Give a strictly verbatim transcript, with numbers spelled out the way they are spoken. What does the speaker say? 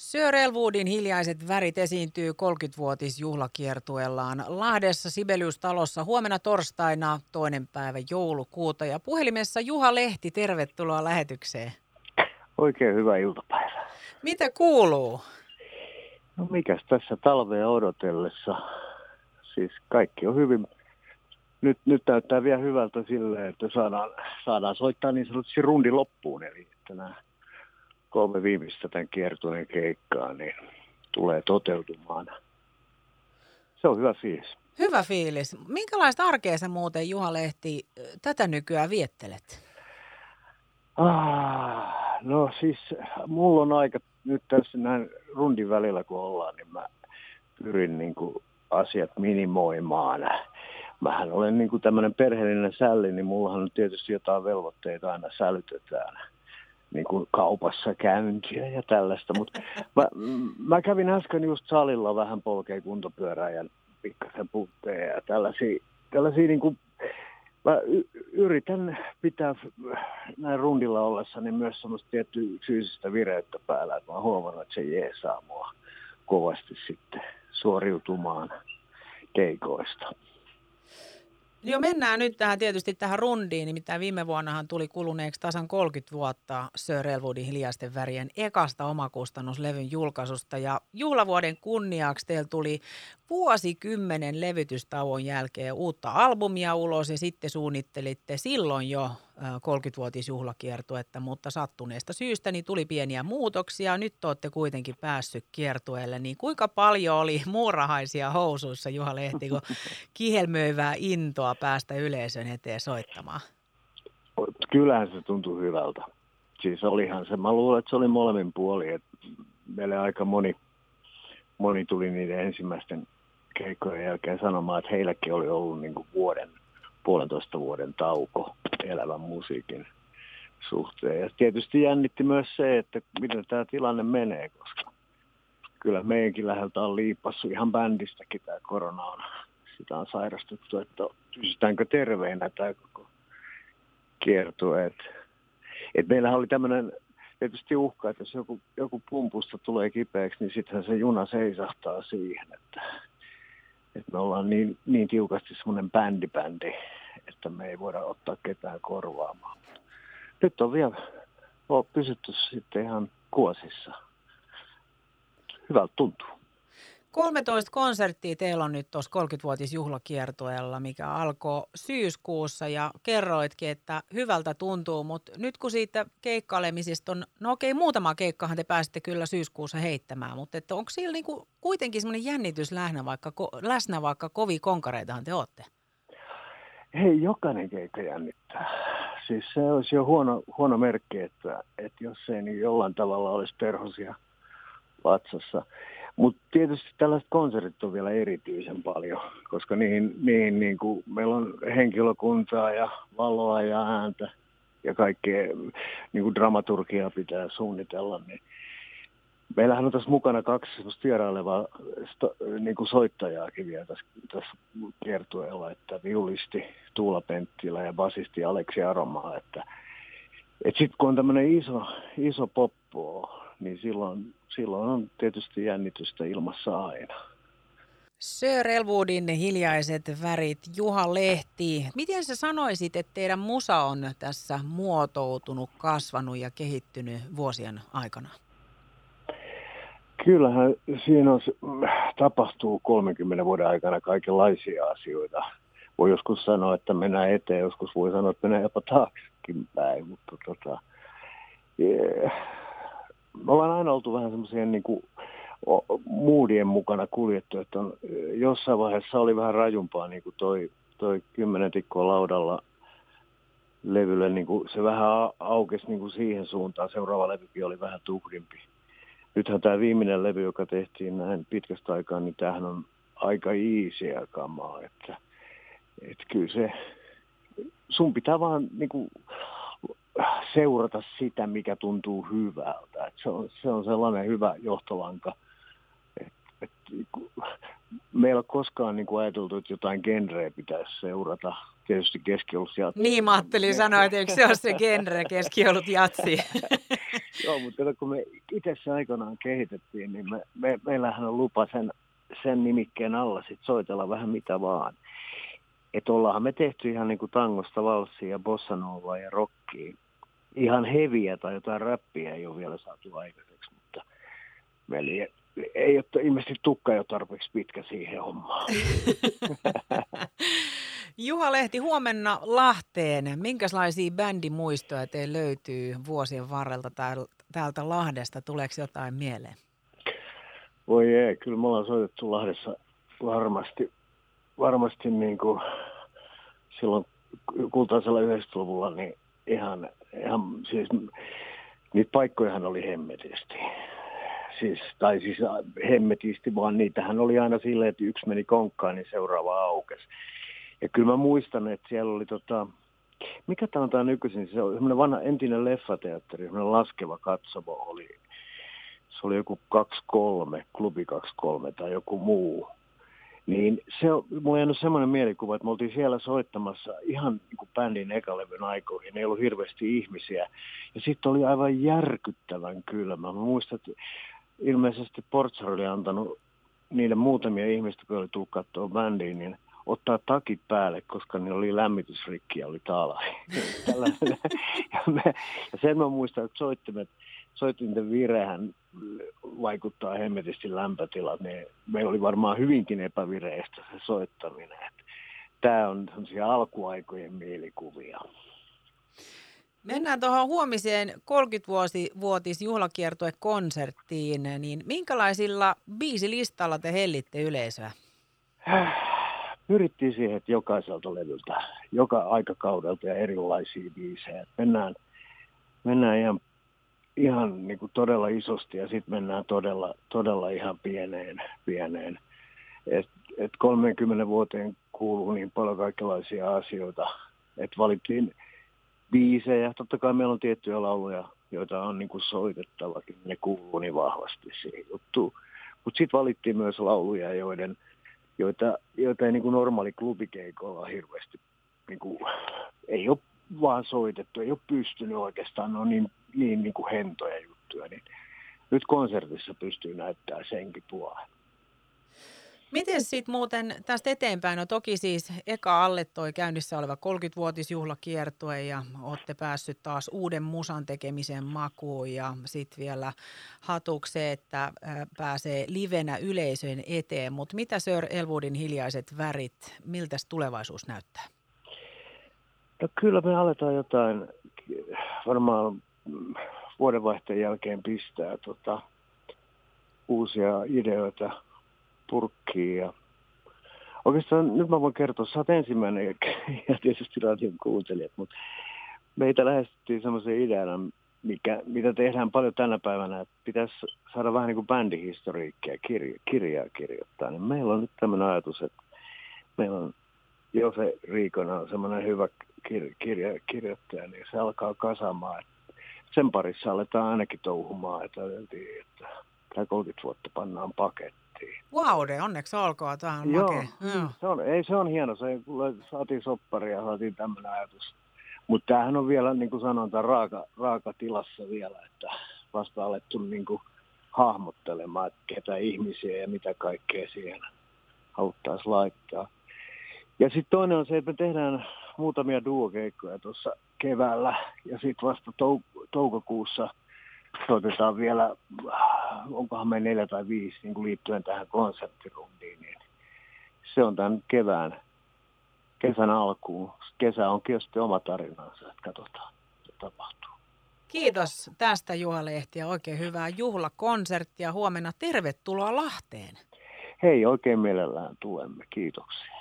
Sir Elwoodin Hiljaiset värit esiintyy kolmekymmenvuotisjuhlakiertueellaan Lahdessa Sibelius-talossa huomenna torstaina toinen päivä joulukuuta. Ja puhelimessa Juha Lehti, tervetuloa lähetykseen. Oikein hyvää iltapäivää. Mitä kuuluu? No mikäs tässä talvea odotellessa? Siis kaikki on hyvin. Nyt, nyt näyttää vielä hyvältä silleen, että saadaan, saadaan soittaa niin sanotusti rundi loppuun. Eli että nämä kolme viimeistä tämän kiertueen keikkaa niin tulee toteutumaan. Se on hyvä fiilis. Hyvä fiilis. Minkälaista arkea sä muuten, Juha Lehti, tätä nykyään viettelet? Ah, no siis mulla on aika nyt tässä näin rundin välillä kun ollaan, niin mä pyrin niin kuin asiat minimoimaan. Mähän olen niin kuin tämmöinen perheellinen sälli, niin mullahan on tietysti jotain velvoitteita aina sälytetään. Niin kuin kaupassa käyntiä ja tällaista. Mutta mä, mä kävin äsken just salilla vähän polkea kuntopyörää ja pikkasen puutteja ja tällaisia, tällaisia niin kuin mä y- yritän pitää näin rundilla ollessa niin myös semmoista tiettyä fyysistä vireyttä päällä, että mä oon huomannut, että se jeesaa mua kovasti sitten suoriutumaan keikoista. Joo, mennään nyt tähän tietysti tähän rundiin, nimittäin viime vuonnahan tuli kuluneeksi tasan kolmekymmentä vuotta Sir Elwoodin Hiljaisten värien ekasta omakustannuslevyn julkaisusta. Ja juhlavuoden kunniaksi teillä tuli vuosikymmenen levytystauon jälkeen uutta albumia ulos ja sitten suunnittelitte silloin jo kolmekymmenvuotisjuhlakiertuetta, mutta sattuneesta syystä niin tuli pieniä muutoksia. Nyt olette kuitenkin päässyt kiertueelle, niin kuinka paljon oli muurahaisia housuissa, Juha Lehti, kun kihelmöivää intoa päästä yleisön eteen soittamaan? Kyllähän se tuntui hyvältä. Siis olihan se, mä luulen, että se oli molemmin puoli, että meille aika moni, moni tuli niiden ensimmäisten keikkojen jälkeen sanomaan, että heilläkin oli ollut niin kuin vuoden, puolentoista vuoden tauko elävän musiikin suhteen. Ja tietysti jännitti myös se, että miten tämä tilanne menee, koska kyllä meidänkin läheltä on liipassu ihan bändistäkin tämä korona on. Sitä on sairastettu, että pysytäänkö terveenä tämä koko kiertue. Et, et meillähän oli tämmöinen tietysti uhka, että jos joku, joku pumpusta tulee kipeäksi, niin sittenhän se juna seisahtaa siihen, että, että me ollaan niin, niin tiukasti semmoinen bändibändi, että me ei voida ottaa ketään korvaamaan. Nyt on vielä on pysytty sitten ihan kuosissa. Hyvältä tuntuu. kolmetoista konserttia teillä on nyt tuossa kolmekymmenvuotisjuhlakiertueella, mikä alkoi syyskuussa ja kerroitkin, että hyvältä tuntuu, mutta nyt kun siitä keikkailemisesta on, no okei, muutama keikkahan te pääsitte kyllä syyskuussa heittämään, mutta että onko siellä niinku kuitenkin semmoinen jännitys läsnä vaikka, läsnä, vaikka kovia konkareitahan te olette? Hei, jokainen keikka jännittää. Siis se olisi jo huono, huono merkki, että, että jos ei niin jollain tavalla olisi perhosia vatsassa. Mutta tietysti tällaiset konsertit on vielä erityisen paljon, koska niihin, niihin niin kuin, meillä on henkilökuntaa ja valoa ja ääntä ja kaikkea niin kuin dramaturgiaa pitää suunnitella. Niin meillähän on tässä mukana kaksi vierailevaa niin kuin soittajaakin vielä tässä, tässä kiertueella, että viulisti Tuula Penttilä ja basisti Aleksi Aromaa. Että, et sitten kun on tämmöinen iso, iso poppo, niin silloin, silloin on tietysti jännitystä ilmassa aina. Sir Elwoodin Hiljaiset värit, Juha Lehti. Miten sä sanoisit, että teidän musa on tässä muotoutunut, kasvanut ja kehittynyt vuosien aikana? Kyllähän siinä on, tapahtuu kolmenkymmenen vuoden aikana kaikenlaisia asioita. Voi joskus sanoa, että mennään eteen, joskus voi sanoa, että mennään jopa taaksekin päin, mutta tota... Yeah. Me ollaan aina oltu vähän semmoisia niin kuin moodien mukana kuljettu, että on, jossain vaiheessa oli vähän rajumpaa, niin kuin toi, toi kymmenen tikkoa laudalla levylle, niin kuin se vähän aukesi niin kuin siihen suuntaan. Seuraava levykin oli vähän tuhdimpi. Nythän tämä viimeinen levy, joka tehtiin näin pitkästä aikaa, niin tämähän on aika easyä kamaa, että, että kyllä se, sun pitää vaan niin kuin seurata sitä, mikä tuntuu hyvältä. Et se, on, se on sellainen hyvä johtolanka. Et, et, meillä on koskaan niin kuin ajateltu, että jotain genreä pitäisi seurata. Tietysti keskiolut jatsi. Niin, mä ajattelin sanoa, että eikö se ole se genre, keskiolut jatsi? Joo, mutta kun me itse se aikanaan kehitettiin, niin me, me, meillähän on lupa sen, sen nimikkeen alla sit soitella vähän mitä vaan. Että ollaanhan me tehty ihan niin kuin tangosta, valssia ja bossanovaa ja rockia. Ihan heviä tai jotain räppiä ei ole vielä saatu aikaiseksi, mutta meillä ei, ei ole ilmeisesti tukka jo tarpeeksi pitkä siihen hommaan. Juha Lehti, huomenna Lahteen. Minkälaisia bändimuistoja teille löytyy vuosien varrelta täältä Lahdesta? Tuleeko jotain mieleen? Voi ei, kyllä me ollaan soitettu Lahdessa varmasti, varmasti niin kuin silloin kultaisella yhdeksänkymmentäluvulla, niin ihan, ihan siis niitä paikkojahan oli hemmetisti. Siis, tai siis hemmetisti, vaan niitähän oli aina silleen, että yksi meni konkkaan, niin seuraava aukesi. Ja kyllä mä muistan, että siellä oli tota, mikä tämä on tämä nykyisin, se on semmoinen vanha entinen leffateatteri, semmoinen laskeva katsomo oli, se oli joku kaksikymmentäkolme, klubi kaksikymmentäkolme tai joku muu. Niin se on, mulla on jäänyt semmoinen mielikuva, että me oltiin siellä soittamassa ihan niin kuin bändin ekalevyn aikoihin, ei ollut hirveästi ihmisiä. Ja sitten oli aivan järkyttävän kylmä. Mä muistan, että ilmeisesti Portsar oli antanut niille muutamia ihmistä, kun oli tullut katsoa bändiin, niin ottaa takit päälle, koska ne oli lämmitysrikki ja oli taalai. ja, ja sen mä muistan, että soittimet, soittinten virehän vaikuttaa hemmetisti lämpötilat, niin meillä oli varmaan hyvinkin epävireistä se soittaminen. Tämä on sellaisia alkuaikojen mielikuvia. Mennään tuohon huomiseen kolmekymmentävuotisjuhlakiertuekonserttiin, niin minkälaisilla biisilistalla te hellitte yleisöä? Pyrittiin siihen, että jokaiselta levyltä, joka aikakaudelta ja erilaisia biisejä. Mennään, mennään ihan, ihan niin kuin todella isosti ja sitten mennään todella, todella ihan pieneen. pieneen. Et, et kolmeenkymmeneen vuoteen kuuluu niin paljon kaikenlaisia asioita, että valittiin biisejä. Totta kai meillä on tiettyjä lauluja, joita on niin kuin soitettavakin, ne kuuluu niin vahvasti siihen juttuun. Mutta sitten valittiin myös lauluja, joiden joita, joita ei niin kuin normaali klubikeikolla hirveästi, niin kuin, ei ole vaan soitettu, ei ole pystynyt oikeastaan, ne on niin, niin, niin kuin hentoja juttuja, niin nyt konsertissa pystyy näyttämään senkin puolen. Miten sitten muuten tästä eteenpäin? No toki siis eka alle toi käynnissä oleva kolmekymmentävuotisjuhlakiertue ja olette päässyt taas uuden musan tekemisen makuun ja sitten vielä hatukseen, että pääsee livenä yleisön eteen. Mutta mitä Sir Elwoodin hiljaiset värit, miltä tulevaisuus näyttää? No kyllä me aletaan jotain varmaan vuodenvaihteen jälkeen pistää tota, uusia ideoita purkkiin ja oikeastaan nyt mä voin kertoa, sä oot ensimmäinen ja tietysti radion kuuntelijat, mutta meitä lähestyttiin semmoisen ideana, mikä, mitä tehdään paljon tänä päivänä, että pitäisi saada vähän niin kuin bändihistoriikkia kirja, kirjaa kirjoittaa. Niin meillä on nyt tämmöinen ajatus, että meillä on Jose Riikonen on semmoinen hyvä kir, kirja, kirjoittaja, niin se alkaa kasaamaan. Sen parissa aletaan ainakin touhumaan, että, että tämä kolmekymmentä vuotta pannaan pakettiin. Wow, de, onneksi olkoon. Tämä on Joo, makea. Joo. Se on, ei, se on hieno. Se, saatiin soppari ja saatiin tämmöinen ajatus. Mutta tämähän on vielä, niin kuin sanotaan, raaka, raaka tilassa vielä, että vasta alettu niin kuin hahmottelemaan, että ketä ihmisiä ja mitä kaikkea siihen haluttaisiin laittaa. Ja sitten toinen on se, että me tehdään muutamia duokeikkoja tuossa keväällä ja sitten vasta tou- toukokuussa soitetaan vielä, onkohan me neljä tai viisi niin kuin liittyen tähän konserttirundiin, niin se on tämän kevään, kesän alkuun. Kesä on sitten oma tarinansa, että katsotaan, mitä tapahtuu. Kiitos tästä Juha Lehti ja oikein hyvää juhlakonserttia. Huomenna tervetuloa Lahteen. Hei, oikein mielellään tulemme. Kiitoksia.